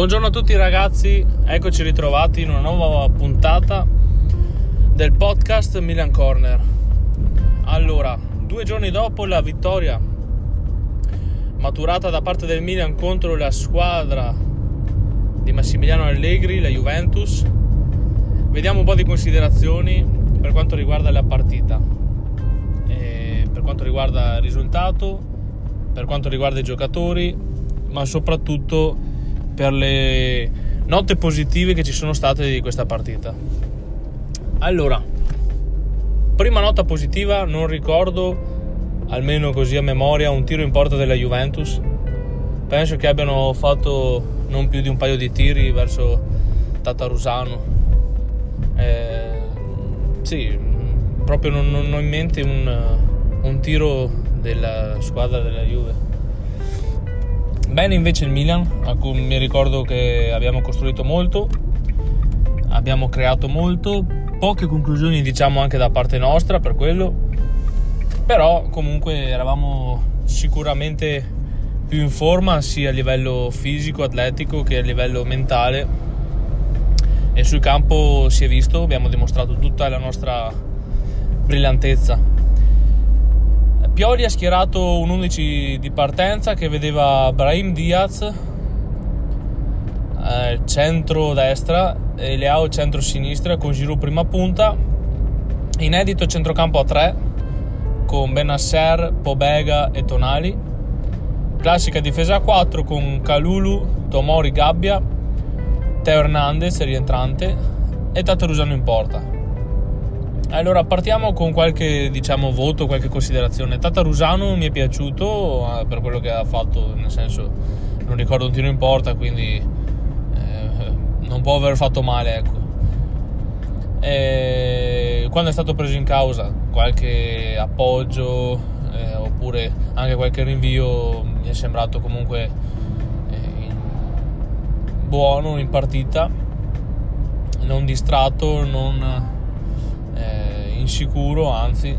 Buongiorno a tutti ragazzi, eccoci ritrovati in una nuova puntata del podcast Milan Corner. Allora, 2 giorni dopo la vittoria maturata da parte del Milan contro la squadra di Massimiliano Allegri, la Juventus, vediamo un po' di considerazioni per quanto riguarda la partita, per quanto riguarda il risultato, per quanto riguarda i giocatori, ma soprattutto per le note positive che ci sono state di questa partita. Allora, prima nota positiva, non ricordo, almeno così a memoria, un tiro in porta della Juventus. Penso che abbiano fatto non più di un paio di tiri verso Tatarusanu. Sì, proprio non ho in mente un tiro della squadra della Juve. Bene invece il Milan, a cui mi ricordo che abbiamo costruito molto, abbiamo creato molto, poche conclusioni diciamo anche da parte nostra per quello, però comunque eravamo sicuramente più in forma sia a livello fisico, atletico che a livello mentale, e sul campo si è visto, abbiamo dimostrato tutta la nostra brillantezza. Pioli ha schierato un 11 di partenza che vedeva Brahim Diaz centro-destra e Leao centro-sinistra con Giroud prima punta, inedito centrocampo a 3 con Benasser, Pobega e Tonali, classica difesa a 4 con Kalulu, Tomori, Gabbia, Teo Hernandez rientrante e Tatarusanu in porta. Allora partiamo con qualche voto, qualche considerazione. Tatarusanu mi è piaciuto per quello che ha fatto, nel senso non ricordo un tiro in porta, quindi non può aver fatto male, ecco. Quando è stato preso in causa qualche appoggio oppure anche qualche rinvio mi è sembrato comunque buono in partita, non distratto, non insicuro, anzi.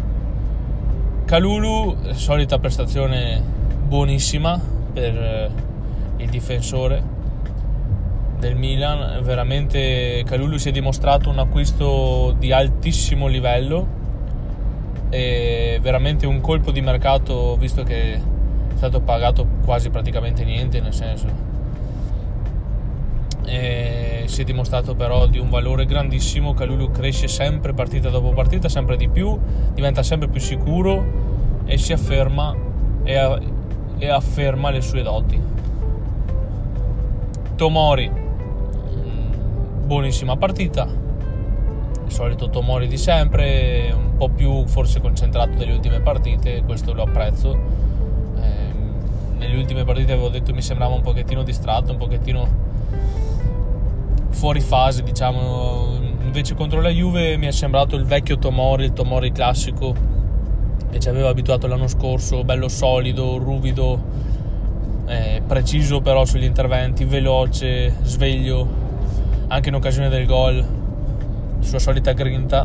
Kalulu, solita prestazione buonissima per il difensore del Milan, veramente Kalulu si è dimostrato un acquisto di altissimo livello e veramente un colpo di mercato, visto che è stato pagato quasi praticamente niente, nel senso si è dimostrato però di un valore grandissimo. Kalulu cresce sempre partita dopo partita, sempre di più, diventa sempre più sicuro e si afferma e afferma le sue doti. Tomori, buonissima partita, il solito Tomori di sempre, un po' più forse concentrato delle ultime partite, questo lo apprezzo. Nelle ultime partite avevo detto mi sembrava un pochettino distratto, un pochettino fuori fase, diciamo. Invece contro la Juve mi è sembrato il vecchio Tomori, il Tomori classico che ci aveva abituato l'anno scorso, bello solido, ruvido, preciso però sugli interventi, veloce, sveglio, anche in occasione del gol, sua solita grinta.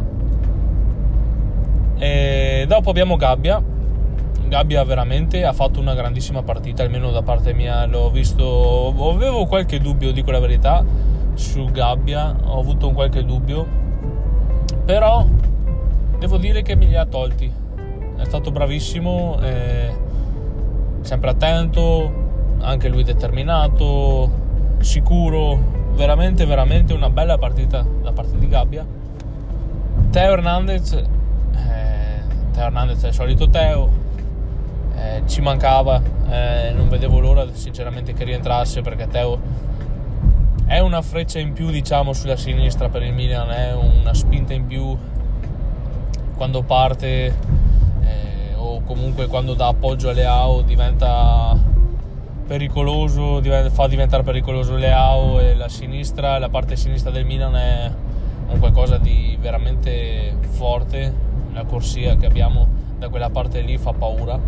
E dopo abbiamo Gabbia veramente ha fatto una grandissima partita, almeno da parte mia l'ho visto, avevo qualche dubbio, dico la verità, su Gabbia, ho avuto un qualche dubbio, però devo dire che me li ha tolti, è stato bravissimo, sempre attento, anche lui determinato, sicuro, veramente una bella partita da parte di Gabbia. Teo Hernandez è il solito Teo, ci mancava, non vedevo l'ora sinceramente che rientrasse, perché Teo è una freccia in più diciamo sulla sinistra per il Milan, è una spinta in più quando parte, o comunque quando dà appoggio a Leao diventa pericoloso, fa diventare pericoloso Leao, e la parte sinistra del Milan è un qualcosa di veramente forte, la corsia che abbiamo da quella parte lì fa paura,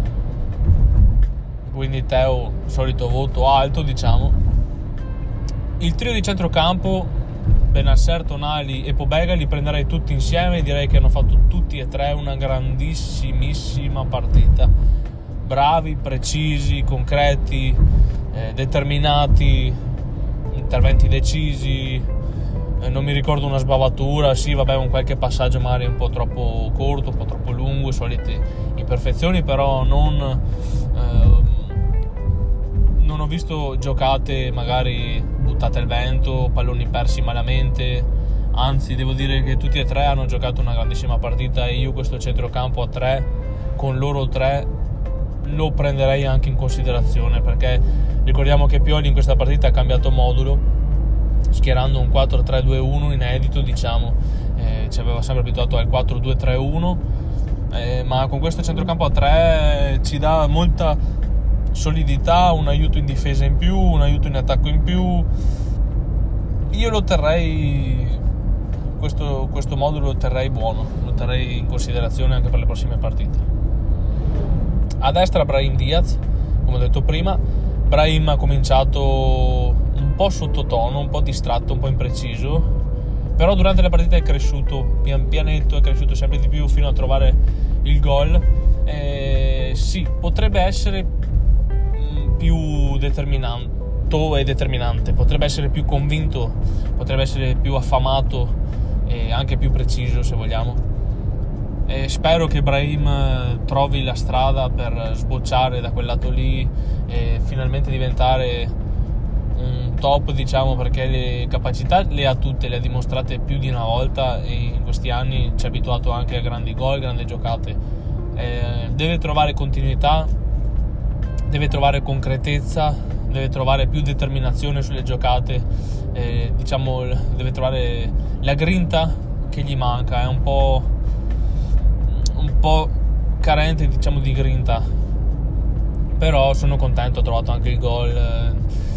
quindi Teo solito voto alto diciamo. Il trio di centrocampo, Benasser, Tonali e Pobega, li prenderei tutti insieme, direi che hanno fatto tutti e tre una grandissimissima partita, bravi, precisi, concreti, determinati, interventi decisi, non mi ricordo una sbavatura, sì vabbè un qualche passaggio magari un po' troppo corto, un po' troppo lungo, solite imperfezioni, però non ho visto giocate magari buttate al vento, palloni persi malamente, anzi devo dire che tutti e tre hanno giocato una grandissima partita e io questo centrocampo a 3 con loro 3 lo prenderei anche in considerazione, perché ricordiamo che Pioli in questa partita ha cambiato modulo schierando un 4-3-2-1 inedito, diciamo, ci aveva sempre abituato al 4-2-3-1, ma con questo centrocampo a 3 ci dà molta solidità, un aiuto in difesa in più, un aiuto in attacco in più. Io lo terrei, questo modulo lo terrei buono, lo terrei in considerazione anche per le prossime partite. A destra Brahim Diaz, come ho detto prima. Brahim ha cominciato un po' sottotono, un po' distratto, un po' impreciso, però durante la partita è cresciuto pian pianetto, è cresciuto sempre di più fino a trovare il gol. Sì, potrebbe essere più determinante, potrebbe essere più convinto, potrebbe essere più affamato e anche più preciso, se vogliamo. Spero che Brahim trovi la strada per sbocciare da quel lato lì e finalmente diventare un top, diciamo, perché le capacità le ha tutte, le ha dimostrate più di una volta e in questi anni ci ha abituato anche a grandi gol, grandi giocate. Deve trovare continuità, deve trovare concretezza, deve trovare più determinazione sulle giocate, diciamo deve trovare la grinta che gli manca, è un po' carente, diciamo, di grinta, però sono contento, ha trovato anche il gol,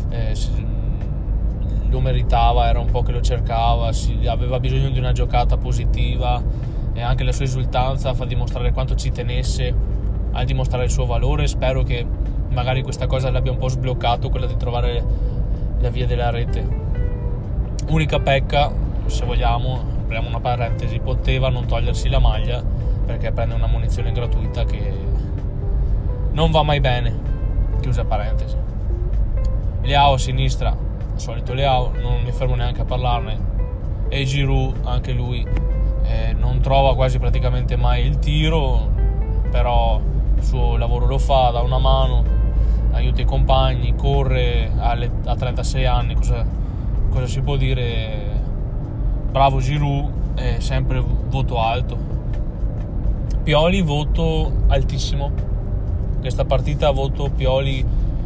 lo meritava, era un po' che lo cercava, aveva bisogno di una giocata positiva e anche la sua esultanza fa dimostrare quanto ci tenesse a dimostrare il suo valore. Spero che magari questa cosa l'abbia un po' sbloccato, quella di trovare la via della rete. Unica pecca, se vogliamo, apriamo una parentesi, poteva non togliersi la maglia perché prende una munizione gratuita che non va mai bene, chiusa parentesi. Leao a sinistra, al solito Leao, non mi fermo neanche a parlarne, e Giroud anche lui non trova quasi praticamente mai il tiro, però il suo lavoro lo fa, dà una mano, aiuta i compagni, corre a 36 anni, cosa si può dire? Bravo Giroud, sempre voto alto. Pioli voto altissimo, questa partita voto Pioli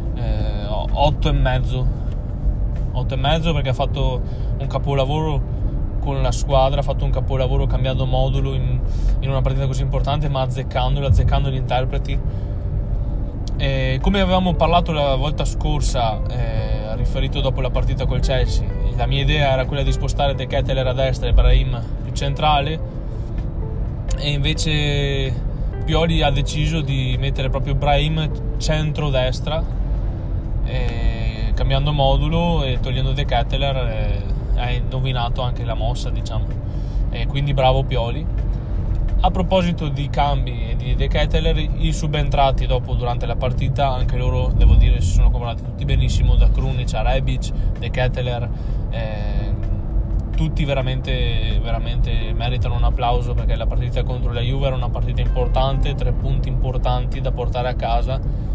8,5 perché ha fatto un capolavoro con la squadra, ha fatto un capolavoro cambiando modulo in una partita così importante, ma azzeccando gli interpreti. Come avevamo parlato la volta scorsa, riferito dopo la partita col Chelsea, la mia idea era quella di spostare De Ketelaere a destra e Brahim più centrale, e invece Pioli ha deciso di mettere proprio Brahim centro-destra, cambiando modulo e togliendo De Ketelaere, ha indovinato anche la mossa, diciamo, e quindi bravo Pioli. A proposito di cambi e di De Ketelaere, i subentrati durante la partita, anche loro devo dire si sono comportati tutti benissimo, da Krunic a Rebic, De Ketelaere, tutti veramente meritano un applauso, perché la partita contro la Juve era una partita importante, 3 punti importanti da portare a casa,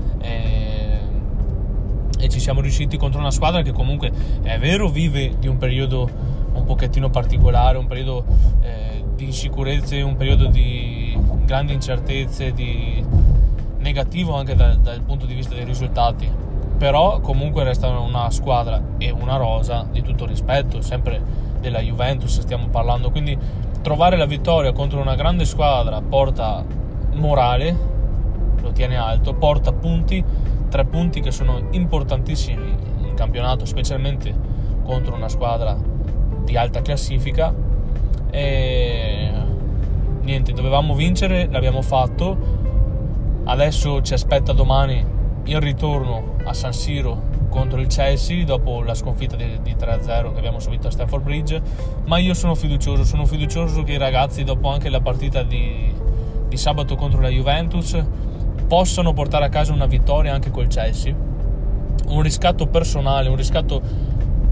e ci siamo riusciti contro una squadra che comunque è vero vive di un periodo un pochettino particolare, un periodo di insicurezze, un periodo di grandi incertezze, di negativo anche dal punto di vista dei risultati, però comunque resta una squadra e una rosa di tutto rispetto, sempre della Juventus stiamo parlando, quindi trovare la vittoria contro una grande squadra porta morale, lo tiene alto, porta punti, 3 punti che sono importantissimi in campionato, specialmente contro una squadra di alta classifica. E niente, dovevamo vincere, l'abbiamo fatto, adesso ci aspetta domani il ritorno a San Siro contro il Chelsea dopo la sconfitta di 3-0 che abbiamo subito a Stamford Bridge, ma io sono fiducioso che i ragazzi, dopo anche la partita di sabato contro la Juventus, possano portare a casa una vittoria anche col Chelsea, un riscatto personale, un riscatto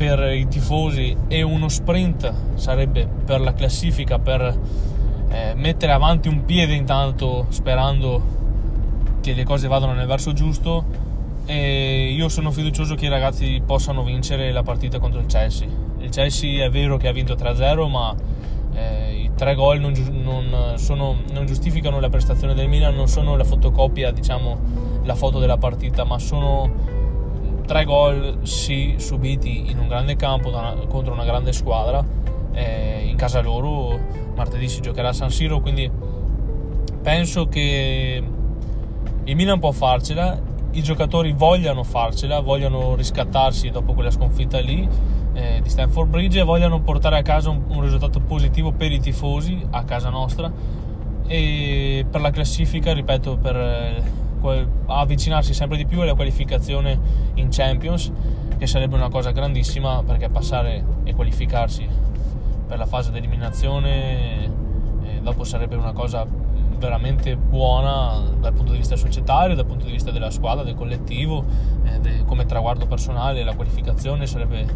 per i tifosi e uno sprint sarebbe per la classifica, per mettere avanti un piede intanto, sperando che le cose vadano nel verso giusto. E io sono fiducioso che i ragazzi possano vincere la partita contro il Chelsea. Il Chelsea è vero che ha vinto 3-0, ma i 3 gol non giustificano la prestazione del Milan, non sono la fotocopia, diciamo, la foto della partita, ma sono 3 gol sì subiti in un grande campo contro una grande squadra, in casa loro. Martedì si giocherà a San Siro, quindi penso che il Milan può farcela, i giocatori vogliano farcela, vogliono riscattarsi dopo quella sconfitta lì di Stamford Bridge, e vogliono portare a casa un risultato positivo per i tifosi a casa nostra, e per la classifica, ripeto, per avvicinarsi sempre di più alla qualificazione in Champions, che sarebbe una cosa grandissima, perché passare e qualificarsi per la fase di eliminazione dopo sarebbe una cosa veramente buona dal punto di vista societario, dal punto di vista della squadra, del collettivo, come traguardo personale. La qualificazione sarebbe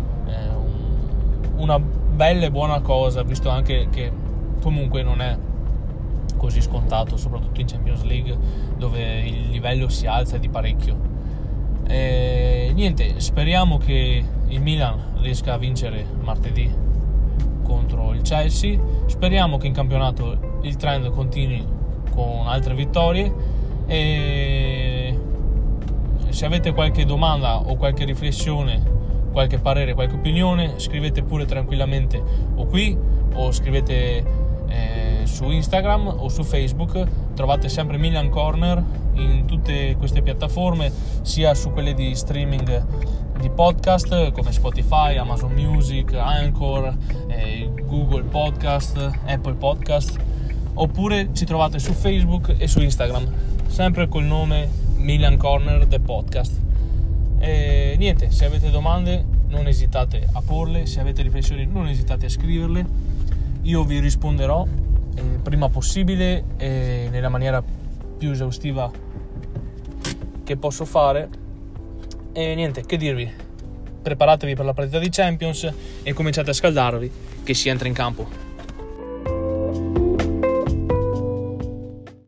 una bella e buona cosa, visto anche che comunque non è così scontato, soprattutto in Champions League, dove il livello si alza di parecchio. Niente, speriamo che il Milan riesca a vincere martedì contro il Chelsea, speriamo che in campionato il trend continui con altre vittorie, e se avete qualche domanda o qualche riflessione, qualche parere, qualche opinione, scrivete pure tranquillamente o qui, o scrivete su Instagram o su Facebook. Trovate sempre Milan Corner in tutte queste piattaforme, sia su quelle di streaming di podcast come Spotify, Amazon Music, Anchor, Google Podcast, Apple Podcast, oppure ci trovate su Facebook e su Instagram sempre col nome Milan Corner The Podcast. E niente, se avete domande non esitate a porle, se avete riflessioni non esitate a scriverle, io vi risponderò il prima possibile e nella maniera più esaustiva che posso fare. E niente, che dirvi, preparatevi per la partita di Champions e cominciate a scaldarvi, che si entra in campo.